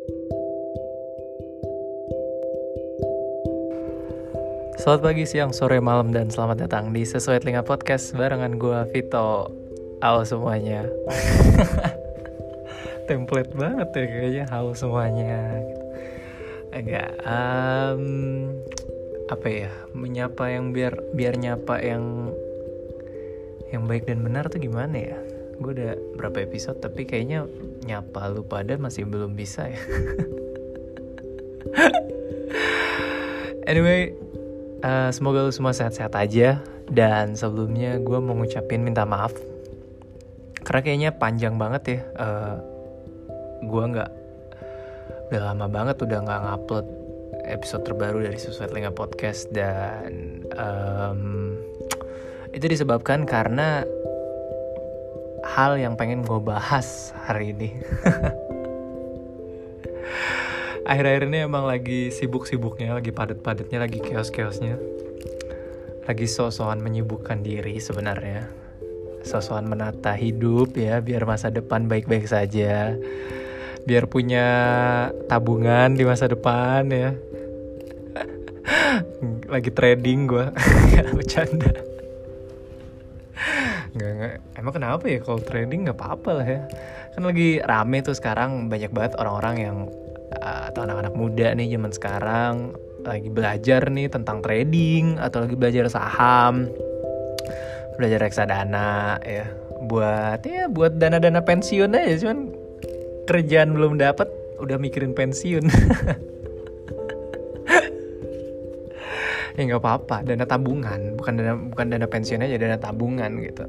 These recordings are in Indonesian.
Selamat pagi, siang, sore, malam, dan selamat datang di Sesuai Telinga Podcast barengan gue, Vito. Halo semuanya. Template banget ya kayaknya, halo semuanya gitu. Agak apa ya, menyapa yang biar nyapa yang baik dan benar tuh gimana ya? Gue udah berapa episode tapi kayaknya nyapa lu pada masih belum bisa ya. Anyway, semoga lu semua sehat-sehat aja. Dan sebelumnya gue mau ngucapin minta maaf karena kayaknya panjang banget ya. Gue udah lama banget udah gak ngupload episode terbaru dari Sesuai Telinga Podcast. Dan itu disebabkan karena hal yang pengen gue bahas hari ini. Akhir-akhir ini emang lagi sibuk-sibuknya, lagi padat-padatnya, lagi chaos-chaosnya. Lagi so-soan menyibukkan diri sebenarnya. So-soan menata hidup ya, biar masa depan baik-baik saja. Biar punya tabungan di masa depan ya. Lagi trading gue. Bercanda. Nggak. Emang kenapa ya kalau trading gak apa-apa lah ya. Kan lagi rame tuh sekarang, banyak banget orang-orang yang atau anak-anak muda nih zaman sekarang lagi belajar nih tentang trading atau lagi belajar saham, belajar reksadana ya, buat dana-dana pensiun aja. Cuman kerjaan belum dapat udah mikirin pensiun. Ya nggak apa-apa, dana tabungan, bukan dana pensiun aja, dana tabungan gitu.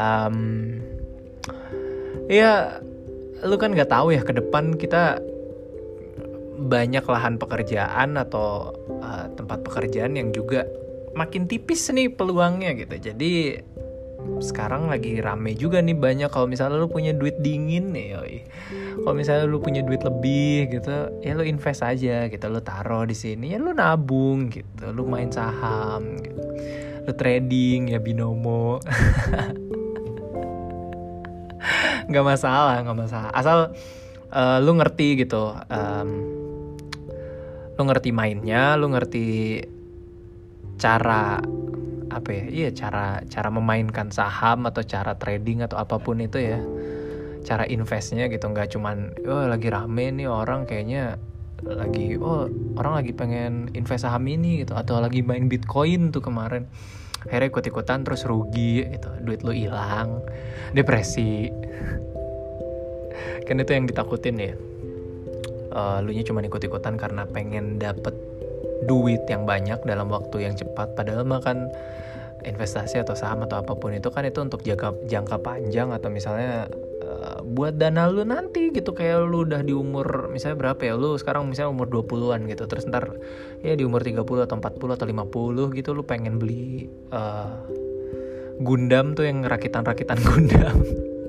Ya lu kan nggak tahu ya ke depan kita banyak lahan pekerjaan atau tempat pekerjaan yang juga makin tipis nih peluangnya gitu. Jadi sekarang lagi rame juga nih banyak, kalau misalnya lu punya duit dingin nih, kalau misalnya lu punya duit lebih gitu, ya lu invest aja gitu, lu taruh di sini, ya lu nabung gitu, lu main saham gitu, lu trading ya binomo. nggak masalah asal lu ngerti gitu. Lu ngerti mainnya, lu ngerti cara memainkan saham atau cara trading atau apapun itu ya, cara investnya gitu. Nggak cuman lagi rame nih orang kayaknya orang lagi pengen invest saham ini gitu, atau lagi main Bitcoin tuh kemarin, akhirnya ikut-ikutan terus rugi gitu, duit lu hilang, depresi. Kan itu yang ditakutin ya. Lu nya cuma ikut-ikutan karena pengen dapet duit yang banyak dalam waktu yang cepat. Padahal mah kan investasi atau saham atau apapun itu kan itu untuk jangka panjang, atau misalnya buat dana lu nanti gitu. Kayak lu udah di umur misalnya berapa ya, lu sekarang misalnya umur 20-an gitu, terus ntar ya di umur 30 atau 40 atau 50 gitu lu pengen beli Gundam tuh, yang rakitan-rakitan Gundam.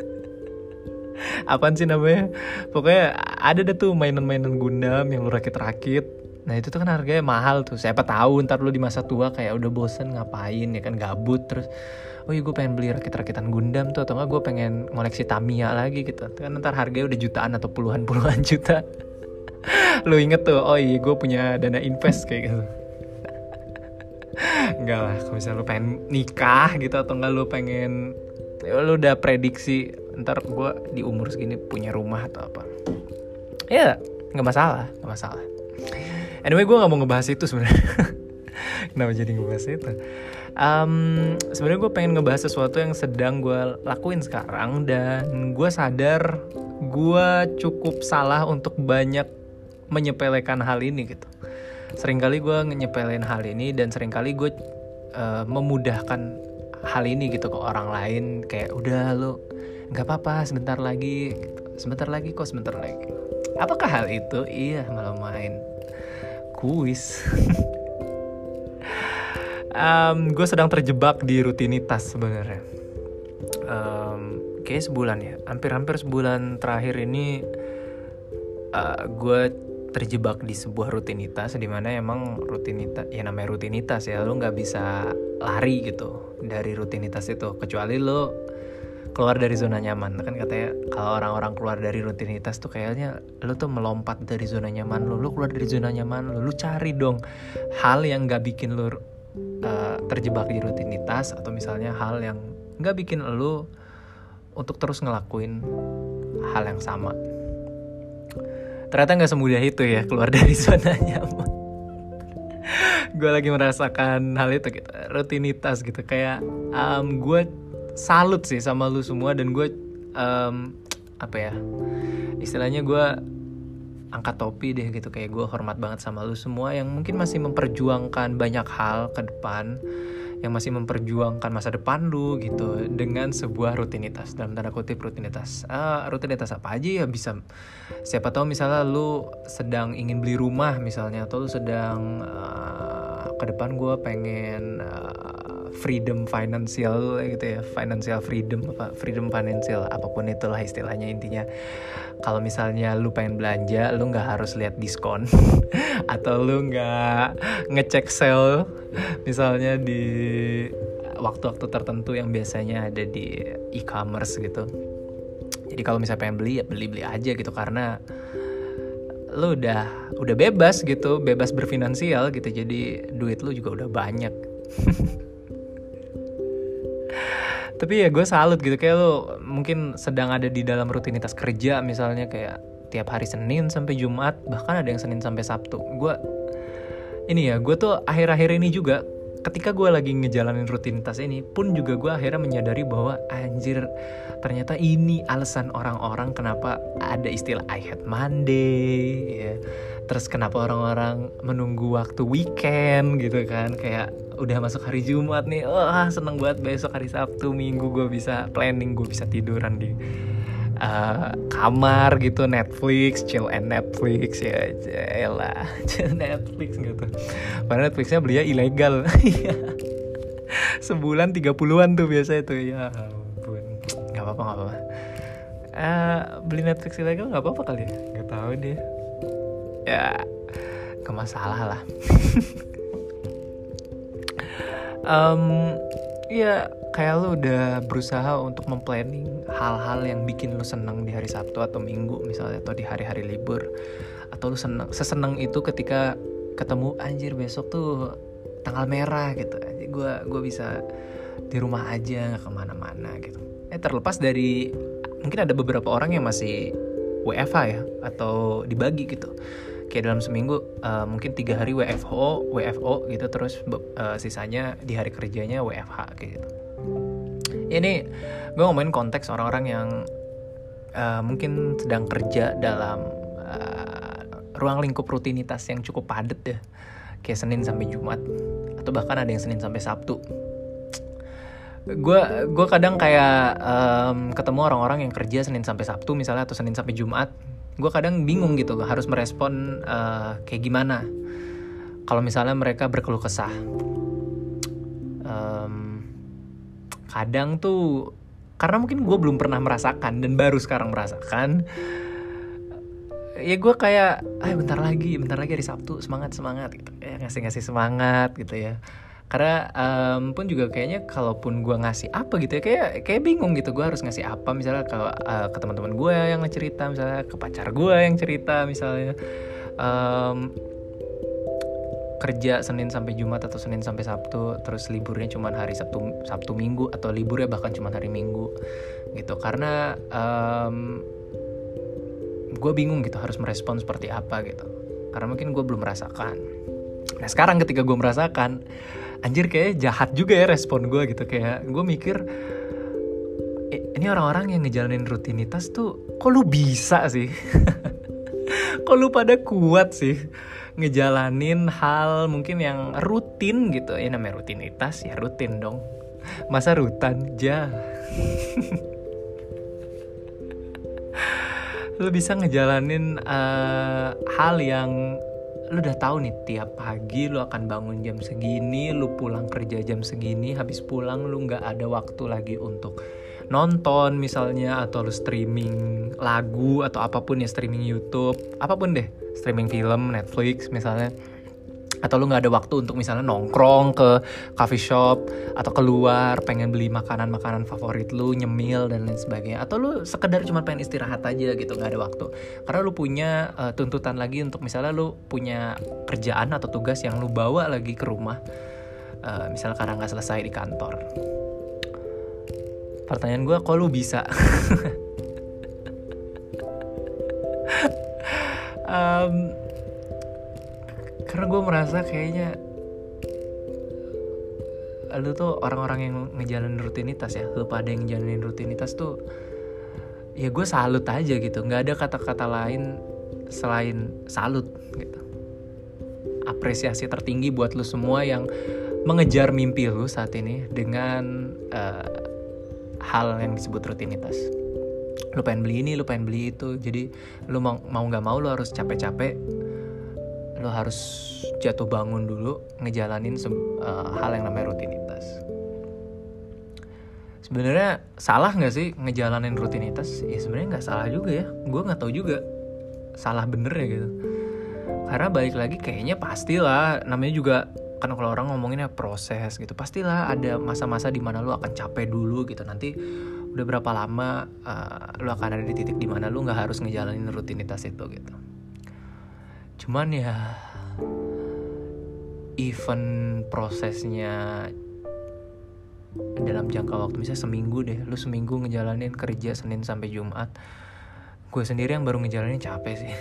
Apaan sih namanya? Pokoknya ada deh tuh mainan-mainan Gundam yang lu rakit-rakit. Nah itu tuh kan harganya mahal tuh. Siapa tahu ntar lu di masa tua kayak udah bosen ngapain ya kan, gabut, terus gue pengen beli rakit-rakitan Gundam tuh, atau enggak gue pengen ngoleksi Tamiya lagi gitu. Kan ntar harganya udah jutaan atau puluhan juta. Lu inget tuh, gue punya dana invest kayak gitu. Enggak lah, kalau misalnya lu pengen nikah gitu, atau enggak lu pengen, lu udah prediksi ntar gue di umur segini punya rumah atau apa, ya nggak masalah. Anyway, gue nggak mau ngebahas itu sebenarnya. Kenapa jadi ngebahas itu? Sebenarnya gue pengen ngebahas sesuatu yang sedang gue lakuin sekarang, dan gue sadar gue cukup salah untuk banyak menyepelekan hal ini gitu. Seringkali gue nyepelein hal ini, dan seringkali gue memudahkan hal ini gitu ke orang lain. Kayak udah lu nggak apa-apa, sebentar lagi. Apakah hal itu? Iya, malah main kuis. Gue sedang terjebak di rutinitas sebenarnya. Kayak sebulan ya, hampir sebulan terakhir ini gue terjebak di sebuah rutinitas, dimana emang rutinitas ya, namanya rutinitas ya, lu nggak bisa lari gitu dari rutinitas itu, kecuali lu keluar dari zona nyaman. Kan katanya kalau orang-orang keluar dari rutinitas tuh kayaknya lu tuh melompat dari zona nyaman lu keluar dari zona nyaman lu cari dong hal yang gak bikin lu terjebak di rutinitas, atau misalnya hal yang gak bikin lu untuk terus ngelakuin hal yang sama. Ternyata gak semudah itu ya keluar dari zona nyaman. Gue lagi merasakan hal itu gitu, rutinitas gitu. Kayak gue salut sih sama lu semua, dan gue apa ya istilahnya, gue angkat topi deh gitu. Kayak gue hormat banget sama lu semua yang mungkin masih memperjuangkan banyak hal ke depan, yang masih memperjuangkan masa depan lu gitu dengan sebuah rutinitas, dalam tanda kutip rutinitas. Rutinitas apa aja ya, bisa siapa tahu misalnya lu sedang ingin beli rumah misalnya, atau lu sedang ke depan gue pengen freedom financial gitu ya, financial freedom, apa freedom financial, apapun itulah istilahnya. Intinya kalau misalnya lu pengen belanja, lu nggak harus lihat diskon atau lu nggak ngecek sale misalnya di waktu-waktu tertentu yang biasanya ada di e-commerce gitu. Jadi kalau misalnya pengen beli ya beli aja gitu, karena lu udah bebas gitu, bebas berfinansial gitu. Jadi duit lu juga udah banyak. Tapi ya gue salut gitu, kayak lu mungkin sedang ada di dalam rutinitas kerja misalnya, kayak tiap hari Senin sampai Jumat, bahkan ada yang Senin sampai Sabtu. Gue tuh akhir-akhir ini juga, ketika gue lagi ngejalanin rutinitas ini pun juga gue akhirnya menyadari bahwa anjir, ternyata ini alasan orang-orang kenapa ada istilah I hate Monday ya. Terus kenapa orang-orang menunggu waktu weekend gitu kan, kayak udah masuk hari Jumat nih, seneng banget besok hari Sabtu Minggu gue bisa planning, gue bisa tiduran di kamar gitu, Netflix, chill and Netflix ya, elah, chill Netflix gitu. Padahal Netflixnya belinya ilegal. Sebulan 30-an tuh biasa itu, ya ampun. Gak apa-apa. Beli Netflix ilegal gak apa-apa kali ya? Gak tahu deh. Ya, gak masalah lah. Ya kayak lu udah berusaha untuk memplanning hal-hal yang bikin lu seneng di hari Sabtu atau Minggu misalnya, atau di hari-hari libur, atau lu seseneng itu ketika ketemu anjir besok tuh tanggal merah gitu. Gue bisa di rumah aja, nggak kemana-mana gitu. Terlepas dari mungkin ada beberapa orang yang masih WFH ya, atau dibagi gitu. Kayak dalam seminggu mungkin 3 hari WFO gitu, terus sisanya di hari kerjanya WFH kayak gitu. Ini gue ngomongin konteks orang-orang yang mungkin sedang kerja dalam ruang lingkup rutinitas yang cukup padat ya, kayak Senin sampai Jumat, atau bahkan ada yang Senin sampai Sabtu. Gue kadang kayak ketemu orang-orang yang kerja Senin sampai Sabtu misalnya, atau Senin sampai Jumat. Gue kadang bingung gitu harus merespon kayak gimana kalau misalnya mereka berkeluh kesah. Kadang tuh karena mungkin gue belum pernah merasakan dan baru sekarang merasakan, ya gue kayak bentar lagi hari Sabtu, semangat gitu ya, ngasih semangat gitu ya. Karena pun juga kayaknya kalaupun gue ngasih apa gitu ya, kayak bingung gitu gue harus ngasih apa, misalnya ke teman-teman gue yang cerita, misalnya ke pacar gue yang cerita misalnya, kerja Senin sampai Jumat atau Senin sampai Sabtu, terus liburnya cuma hari Sabtu Minggu, atau liburnya bahkan cuma hari Minggu gitu. Karena gue bingung gitu harus merespon seperti apa gitu, karena mungkin gue belum merasakan. Nah sekarang ketika gue merasakan, anjir kayak jahat juga ya respon gue gitu. Kayak gue mikir, ini orang-orang yang ngejalanin rutinitas tuh kok lu bisa sih? Kok lu pada kuat sih ngejalanin hal mungkin yang rutin gitu ya, namanya rutinitas ya rutin dong, masa rutan ja. Lu bisa ngejalanin hal yang lu udah tahu nih, tiap pagi lu akan bangun jam segini, lu pulang kerja jam segini, habis pulang lu nggak ada waktu lagi untuk nonton misalnya, atau lu streaming lagu atau apapun ya, streaming YouTube, apapun deh, streaming film, Netflix misalnya, atau lu nggak ada waktu untuk misalnya nongkrong ke coffee shop atau keluar pengen beli makanan favorit lu, nyemil dan lain sebagainya, atau lu sekedar cuma pengen istirahat aja gitu, nggak ada waktu karena lu punya tuntutan lagi untuk misalnya lu punya kerjaan atau tugas yang lu bawa lagi ke rumah, misalnya karena nggak selesai di kantor. Pertanyaan gue, kok lu bisa? Karena gue merasa kayaknya lu tuh orang-orang yang ngejalanin rutinitas ya, lu pada yang ngejalanin rutinitas tuh, ya gue salut aja gitu, nggak ada kata-kata lain selain salut gitu. Apresiasi tertinggi buat lu semua yang mengejar mimpi lu saat ini dengan hal yang disebut rutinitas. Lu pengen beli ini, lu pengen beli itu, jadi lu mau nggak mau lu harus capek-capek, lu harus jatuh bangun dulu ngejalanin hal yang namanya rutinitas. Sebenarnya salah nggak sih ngejalanin rutinitas? Ya sebenarnya nggak salah juga ya. Gue nggak tahu juga salah benernya gitu. Karena balik lagi kayaknya pastilah, namanya juga kan kalau orang ngomonginnya proses gitu, pastilah ada masa-masa di mana lu akan capek dulu gitu. Nanti udah berapa lama lu akan ada di titik di mana lu nggak harus ngejalanin rutinitas itu gitu. Cuman ya even prosesnya dalam jangka waktu misalnya seminggu deh, lu seminggu ngejalanin kerja Senin sampai Jumat, gue sendiri yang baru ngejalanin capek sih.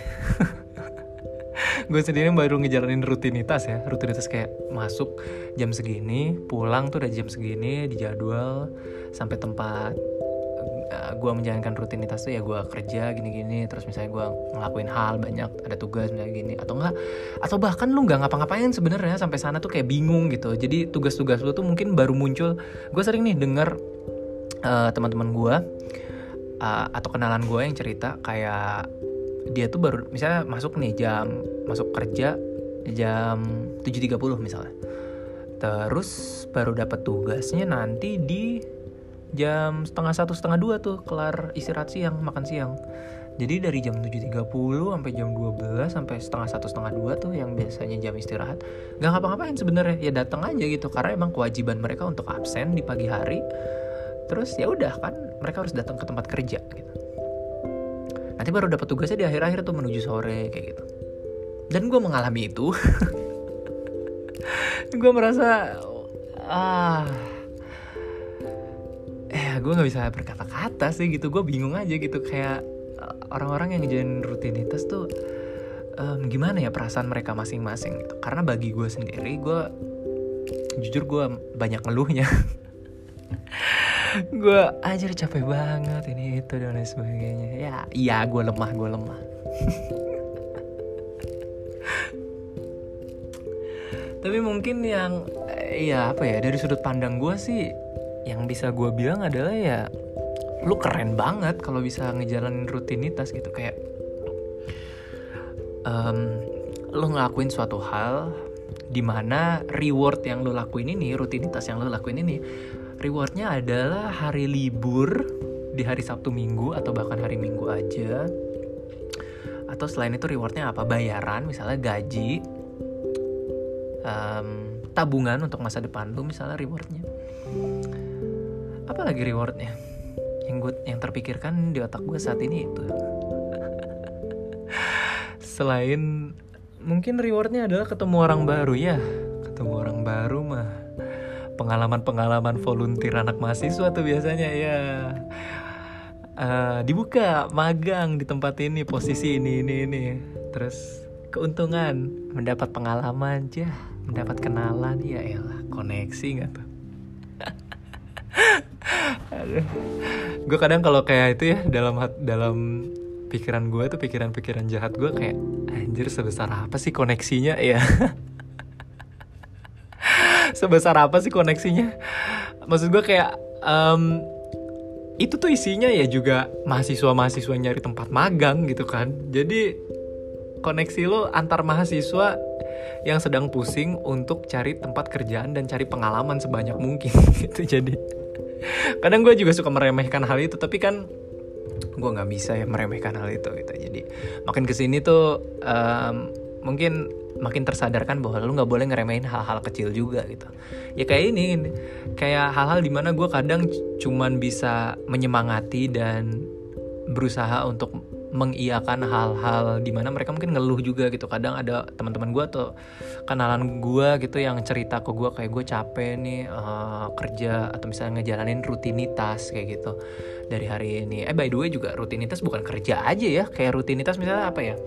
Gue sendiri yang baru ngejalanin rutinitas ya, rutinitas kayak masuk jam segini, pulang tuh udah jam segini, di jadwal sampai tempat gue menjalankan rutinitas tuh ya gue kerja gini-gini, terus misalnya gue ngelakuin hal banyak, ada tugas misalnya gini, atau bahkan lu nggak ngapa-ngapain sebenarnya sampai sana tuh kayak bingung gitu. Jadi tugas-tugas lu tuh mungkin baru muncul. Gue sering nih denger teman-teman gue atau kenalan gue yang cerita kayak dia tuh baru misalnya masuk kerja jam 7.30 misalnya, terus baru dapat tugasnya nanti di jam 1:30, 1:30 tuh kelar istirahat siang, makan siang. Jadi dari jam 7.30 sampai jam 12 sampai 1:30, 1:30 tuh yang biasanya jam istirahat, gak ngapa-ngapain sebenarnya, ya datang aja gitu karena emang kewajiban mereka untuk absen di pagi hari. Terus ya udah kan mereka harus datang ke tempat kerja gitu. Nanti baru dapat tugasnya di akhir-akhir tuh menuju sore kayak gitu. Dan gue mengalami itu. Gue merasa gue nggak bisa berkata-kata sih gitu. Gue bingung aja gitu, kayak orang-orang yang ngejalanin rutinitas tuh gimana ya perasaan mereka masing-masing gitu. Karena bagi gue sendiri, gue jujur gue banyak ngeluhnya. Gue anjir capek banget ini itu dan lain sebagainya. Iya gue lemah. Tapi mungkin yang dari sudut pandang gue sih, yang bisa gue bilang adalah ya lu keren banget kalau bisa ngejalanin rutinitas gitu. Kayak lu ngelakuin suatu hal dimana reward yang lu lakuin ini, rutinitas yang lu lakuin ini, rewardnya adalah hari libur di hari Sabtu Minggu atau bahkan hari Minggu aja. Atau selain itu rewardnya apa? Bayaran, misalnya gaji, tabungan untuk masa depan lu misalnya rewardnya. Apa lagi rewardnya? Yang terpikirkan di otak gue saat ini itu. Selain mungkin rewardnya adalah ketemu orang baru ya. Ketemu orang baru mah pengalaman volunteer anak mahasiswa tuh biasanya ya. Dibuka magang di tempat ini, posisi ini. Terus keuntungan mendapat pengalaman aja, mendapat kenalan, ya elah, koneksi nggak tuh? Gue kadang kalau kayak itu ya, dalam pikiran gue tuh, pikiran jahat gue kayak anjir sebesar apa sih koneksinya ya? Sebesar apa sih koneksinya? Maksud gue kayak itu tuh isinya ya juga mahasiswa nyari tempat magang gitu kan. Jadi koneksi lo antar mahasiswa yang sedang pusing untuk cari tempat kerjaan dan cari pengalaman sebanyak mungkin gitu. Jadi kadang gue juga suka meremehkan hal itu, tapi kan gue nggak bisa ya meremehkan hal itu gitu. Jadi makin kesini tuh mungkin makin tersadarkan bahwa lu nggak boleh ngeremehin hal-hal kecil juga gitu. Ya kayak ini, kayak hal-hal dimana gue kadang cuman bisa menyemangati dan berusaha untuk mengiyakan hal-hal dimana mereka mungkin ngeluh juga gitu. Kadang ada teman-teman gue atau kenalan gue gitu yang cerita ke gue kayak gue capek nih kerja atau misalnya ngejalanin rutinitas kayak gitu dari hari ini. By the way juga rutinitas bukan kerja aja ya, kayak rutinitas misalnya apa ya,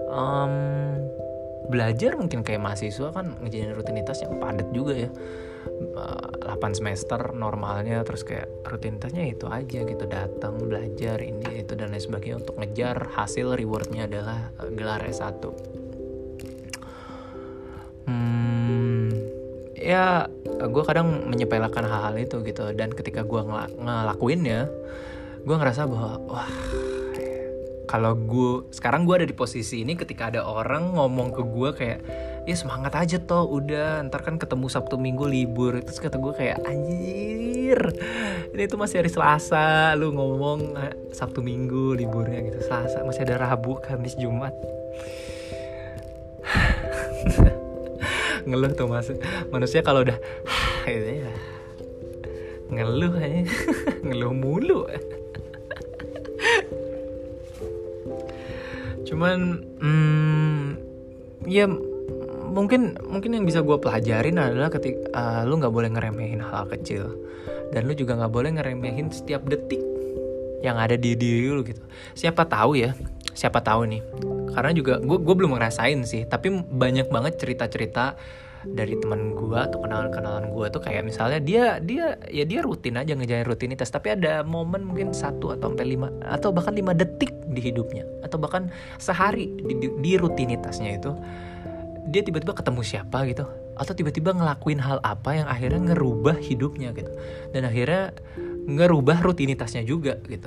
belajar mungkin kayak mahasiswa kan ngejalanin rutinitas yang padat juga ya, 8 semester normalnya, terus kayak rutinitasnya itu aja gitu, datang belajar ini itu dan lain sebagainya untuk ngejar hasil rewardnya adalah gelar S1. Ya gue kadang menyepelekan hal-hal itu gitu, dan ketika gue ngelakuinnya gue ngerasa bahwa wah, kalau sekarang gue ada di posisi ini, ketika ada orang ngomong ke gue kayak ya semangat aja toh, udah ntar kan ketemu Sabtu Minggu libur, terus kata gue kayak anjir, ini tuh masih hari Selasa, lu ngomong Sabtu Minggu liburnya gitu, Selasa masih ada Rabu, Kamis, Jumat. Ngeluh tuh manusia kalau udah gitu ya, ngeluh aja. Ngeluh mulu. Cuman ya mungkin yang bisa gue pelajarin adalah ketika lu nggak boleh ngeremehin hal kecil, dan lu juga nggak boleh ngeremehin setiap detik yang ada di diri lu gitu. Siapa tahu nih, karena juga gue belum ngerasain sih, tapi banyak banget cerita dari teman gue atau kenalan gue tuh kayak misalnya dia rutin aja ngejalanin rutinitas, tapi ada momen mungkin 1 atau sampai 5 atau bahkan 5 detik di hidupnya atau bahkan sehari di rutinitasnya itu dia tiba-tiba ketemu siapa gitu, atau tiba-tiba ngelakuin hal apa yang akhirnya ngerubah hidupnya gitu, dan akhirnya ngerubah rutinitasnya juga gitu.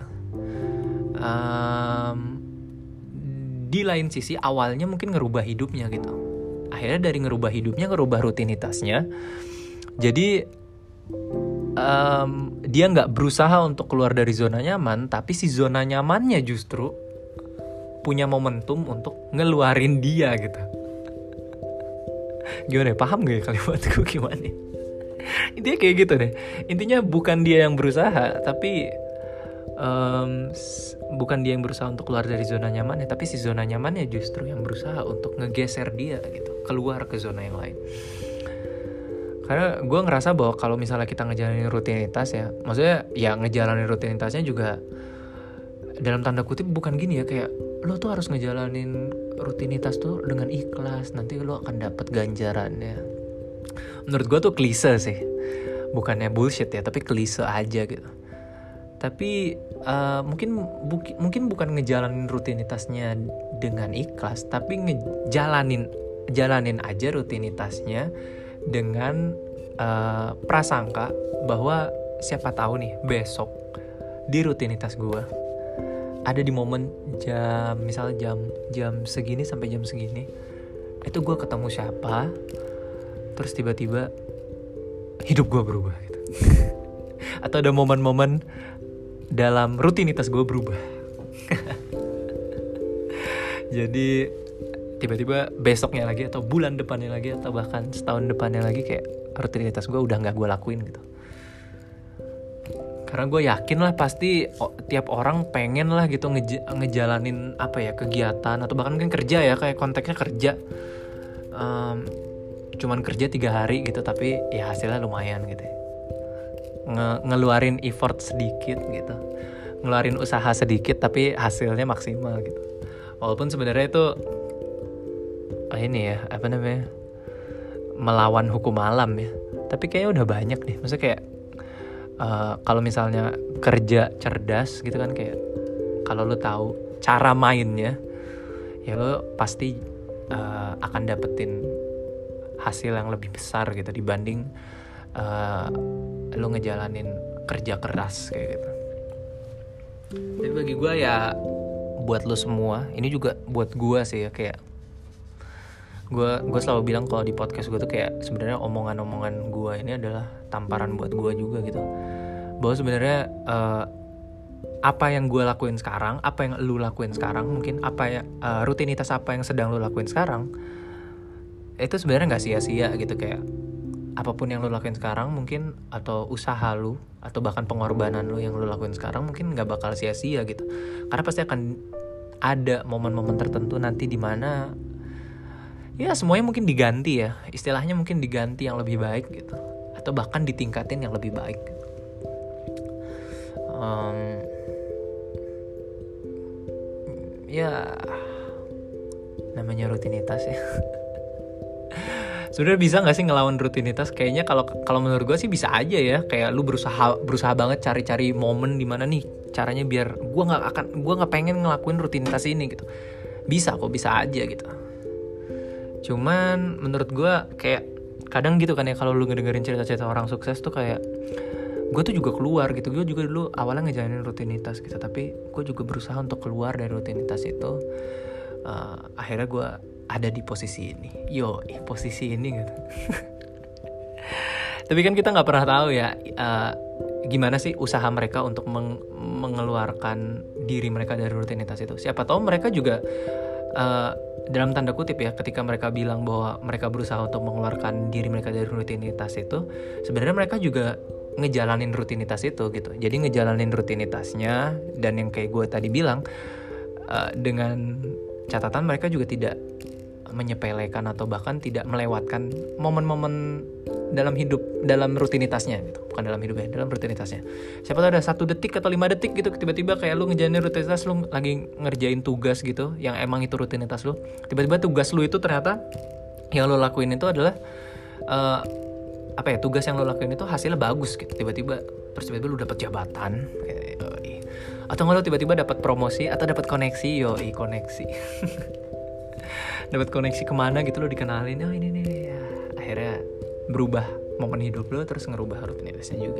Di lain sisi awalnya mungkin ngerubah hidupnya gitu, akhirnya dari ngerubah hidupnya ngerubah rutinitasnya, jadi dia nggak berusaha untuk keluar dari zona nyaman, tapi si zona nyamannya justru punya momentum untuk ngeluarin dia gitu. Gimana ya, paham gak ya kalimatku gimana? Intinya kayak gitu deh. Intinya bukan dia yang berusaha, tapi bukan dia yang berusaha untuk keluar dari zona nyamannya, tapi si zona nyamannya justru yang berusaha untuk ngegeser dia gitu, keluar ke zona yang lain. Karena gue ngerasa bahwa kalau misalnya kita ngejalanin rutinitas ya, maksudnya ya ngejalanin rutinitasnya juga dalam tanda kutip bukan gini ya, kayak lo tuh harus ngejalanin rutinitas tuh dengan ikhlas, nanti lo akan dapat ganjarannya. Menurut gue tuh klise sih, bukannya bullshit ya, tapi klise aja gitu. Tapi mungkin bukan ngejalanin rutinitasnya dengan ikhlas, tapi jalanin aja rutinitasnya dengan prasangka bahwa siapa tahu nih besok di rutinitas gue ada di momen misalnya jam segini sampai jam segini itu gue ketemu siapa, terus tiba-tiba hidup gue berubah gitu. Atau ada momen-momen dalam rutinitas gue berubah. Jadi tiba-tiba besoknya lagi atau bulan depannya lagi atau bahkan setahun depannya lagi kayak rutinitas gue udah gak gue lakuin gitu. Karena gue yakin lah pasti tiap orang pengen lah gitu ngejalanin apa ya, kegiatan atau bahkan kan kerja ya, kayak konteksnya kerja, cuman kerja 3 hari gitu tapi ya hasilnya lumayan gitu ya. Ngeluarin effort sedikit gitu, ngeluarin usaha sedikit tapi hasilnya maksimal gitu. Walaupun sebenarnya itu ini ya, apa namanya, melawan hukum alam ya, tapi kayaknya udah banyak deh. Maksudnya kayak kalau misalnya kerja cerdas gitu kan, kayak kalau lo tahu cara mainnya ya lo pasti akan dapetin hasil yang lebih besar gitu dibanding lo ngejalanin kerja keras kayak gitu. Jadi bagi gue ya, buat lo semua, ini juga buat gue sih ya, kayak gue selalu bilang kalau di podcast gue tuh kayak sebenarnya omongan-omongan gue ini adalah tamparan buat gue juga gitu, bahwa sebenarnya apa yang gue lakuin sekarang, apa yang lu lakuin sekarang, mungkin apa ya rutinitas apa yang sedang lu lakuin sekarang, itu sebenarnya nggak sia-sia gitu. Kayak apapun yang lu lakuin sekarang mungkin, atau usaha lu, atau bahkan pengorbanan lu yang lu lakuin sekarang mungkin nggak bakal sia-sia gitu. Karena pasti akan ada momen-momen tertentu nanti di mana ya semuanya mungkin diganti ya, istilahnya mungkin diganti yang lebih baik gitu, atau bahkan ditingkatin yang lebih baik gitu. Ya namanya rutinitas ya. Sebenarnya bisa nggak sih ngelawan rutinitas? Kayaknya kalau menurut gue sih bisa aja ya. Kayak lu berusaha banget cari-cari momen dimana nih caranya biar gue nggak pengen ngelakuin rutinitas ini gitu. Bisa kok, bisa aja gitu. Cuman menurut gue kayak kadang gitu kan ya, kalau lu ngedengerin cerita-cerita orang sukses tuh kayak gue tuh juga keluar gitu. Gue juga dulu awalnya ngejalanin rutinitas gitu, tapi gue juga berusaha untuk keluar dari rutinitas itu. Akhirnya gue ada di posisi ini, posisi ini gitu. Tapi kan kita nggak pernah tahu ya gimana sih usaha mereka untuk mengeluarkan diri mereka dari rutinitas itu. Siapa tahu mereka juga dalam tanda kutip ya, ketika mereka bilang bahwa mereka berusaha untuk mengeluarkan diri mereka dari rutinitas itu, sebenarnya mereka juga ngejalanin rutinitas itu gitu. Jadi ngejalanin rutinitasnya, dan yang kayak gue tadi bilang, dengan catatan mereka juga tidak menyepelekan atau bahkan tidak melewatkan momen-momen dalam rutinitasnya gitu. Bukan dalam hidupnya, dalam rutinitasnya. Siapa tahu ada 1 detik atau 5 detik gitu, tiba-tiba kayak lu ngejalanin rutinitas, lu lagi ngerjain tugas gitu yang emang itu rutinitas lu, tiba-tiba tugas lu itu ternyata yang lu lakuin itu adalah tugas yang lu lakuin itu hasilnya bagus gitu. Tiba-tiba lu dapet jabatan, atau nggak lu tiba-tiba dapat promosi atau dapat koneksi, koneksi. Dapat koneksi kemana gitu, lo dikenalin, ini nih ya. Akhirnya berubah momen hidup lo, terus ngerubah rutinitasnya juga.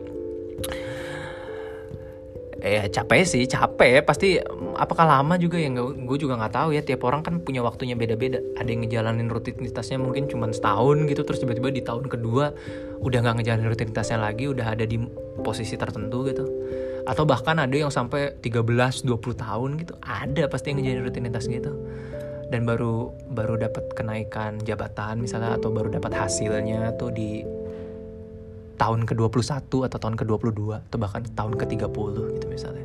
Capek pasti. Apakah lama juga ya, gue juga nggak tahu ya. Tiap orang kan punya waktunya beda-beda. Ada yang ngejalanin rutinitasnya mungkin cuma setahun gitu, terus tiba-tiba di tahun kedua udah nggak ngejalanin rutinitasnya lagi, udah ada di posisi tertentu gitu. Atau bahkan ada yang sampai 13-20 tahun gitu, ada pasti yang ngejalanin rutinitas gitu. Dan baru dapat kenaikan jabatan misalnya, atau baru dapat hasilnya tuh di tahun ke-21 atau tahun ke-22 atau bahkan tahun ke-30 gitu misalnya.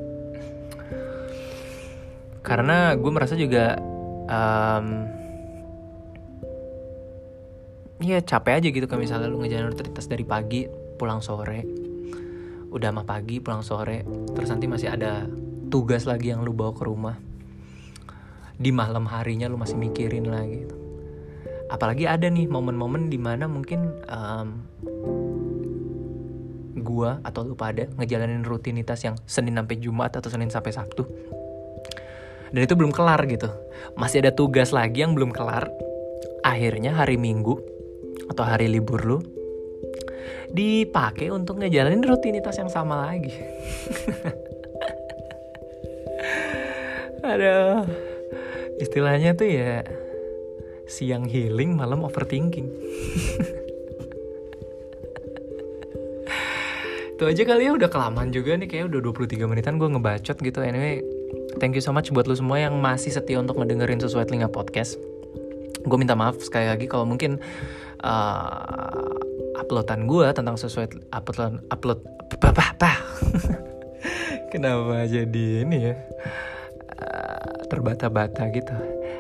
Karena gue merasa juga capek aja gitu kan, misalnya lu ngejalanin rutinitas dari pagi pulang sore, udah mah pagi pulang sore, terus nanti masih ada tugas lagi yang lu bawa ke rumah. Di malam harinya lu masih mikirin lagi gitu. Apalagi ada nih momen-momen dimana mungkin gua atau lu pada ngejalanin rutinitas yang Senin sampai Jumat atau Senin sampai Sabtu, dan itu belum kelar gitu, masih ada tugas lagi yang belum kelar. Akhirnya hari Minggu atau hari libur lu dipakai untuk ngejalanin rutinitas yang sama lagi. Aduh, istilahnya tuh ya siang healing, malam overthinking. Itu aja kali ya, udah kelamaan juga nih, kayak udah 23 menitan gue ngebacot gitu. Anyway, thank you so much buat lu semua yang masih setia untuk ngedengerin Sesuai Telinga Podcast. Gue minta maaf sekali lagi kalau mungkin uploadan gue tentang upload kenapa jadi ini ya, terbata-bata gitu.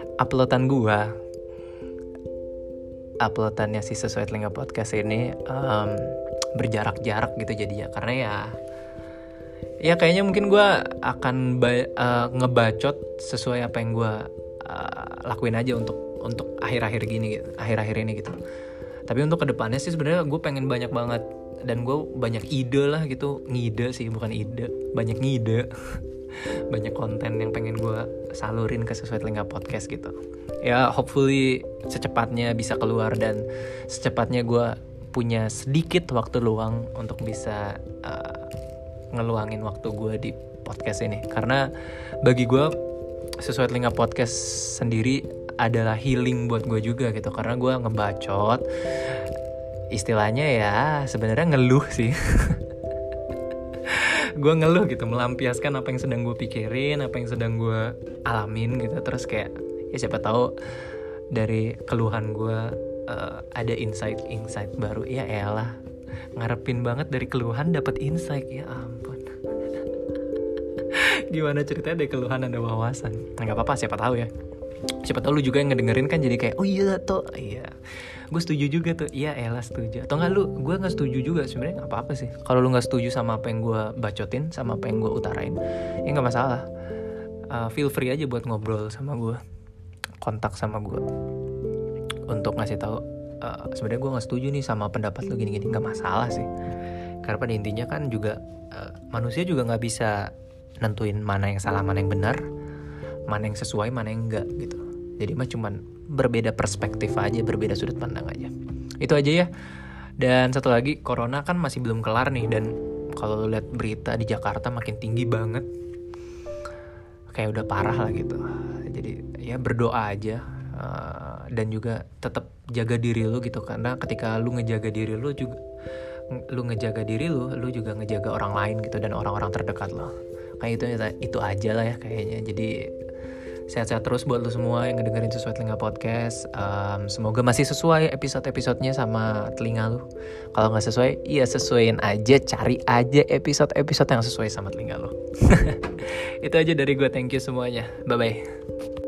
Uploadannya si Sesuai Telinga Podcast ini berjarak-jarak gitu jadinya, karena ya kayaknya mungkin gue akan ngebacot sesuai apa yang gue lakuin aja untuk akhir-akhir ini gitu. Tapi untuk kedepannya sih sebenarnya gue pengen banyak banget, dan gue banyak ide lah gitu, banyak ngide banyak konten yang pengen gue salurin ke Sesuai Telinga Podcast gitu. Ya hopefully secepatnya bisa keluar, dan secepatnya gue punya sedikit waktu luang untuk bisa ngeluangin waktu gue di podcast ini. Karena bagi gue Sesuai Telinga Podcast sendiri adalah healing buat gue juga gitu, karena gue ngebacot, istilahnya ya sebenarnya ngeluh sih. gue ngeluh gitu, melampiaskan apa yang sedang gue pikirin, apa yang sedang gue alamin gitu. Terus kayak ya siapa tahu dari keluhan gue ada insight baru. Ya elah, ngarepin banget dari keluhan dapat insight, ya ampun. Gimana ceritanya dari keluhan ada wawasan? Nggak apa-apa, siapa tahu ya. Siapa tahu lu juga yang ngedengerin kan jadi kayak, oh iya toh, iya, gue setuju juga tuh, iya elah setuju. Atau nggak, gue nggak setuju juga, sebenarnya nggak apa-apa sih. Kalau lu nggak setuju sama apa yang gue bacotin, sama apa yang gue utarain, ya nggak masalah. Feel free aja buat ngobrol sama gue, kontak sama gue untuk ngasih tahu. Sebenarnya gue nggak setuju nih sama pendapat lu gini-gini, nggak masalah sih. Karena pada intinya kan juga manusia juga nggak bisa nentuin mana yang salah, mana yang benar, mana yang sesuai, mana yang enggak gitu. Jadi mah cuman berbeda perspektif aja, berbeda sudut pandang aja. Itu aja ya. Dan satu lagi, corona kan masih belum kelar nih. Dan kalau lu lihat berita di Jakarta makin tinggi banget, kayak udah parah lah gitu. Jadi ya berdoa aja, dan juga tetap jaga diri lu gitu. Karena ketika lu ngejaga diri lu juga, lu ngejaga diri lu juga ngejaga orang lain gitu, dan orang-orang terdekat lo. Kayak itu aja lah ya kayaknya. Jadi sehat-sehat terus buat lu semua yang ngedengerin Sesuai Telinga Podcast. Semoga masih sesuai episode-episodenya sama telinga lu. Kalau nggak sesuai, ya sesuaiin aja. Cari aja episode-episode yang sesuai sama telinga lu. Itu aja dari gue. Thank you semuanya. Bye-bye.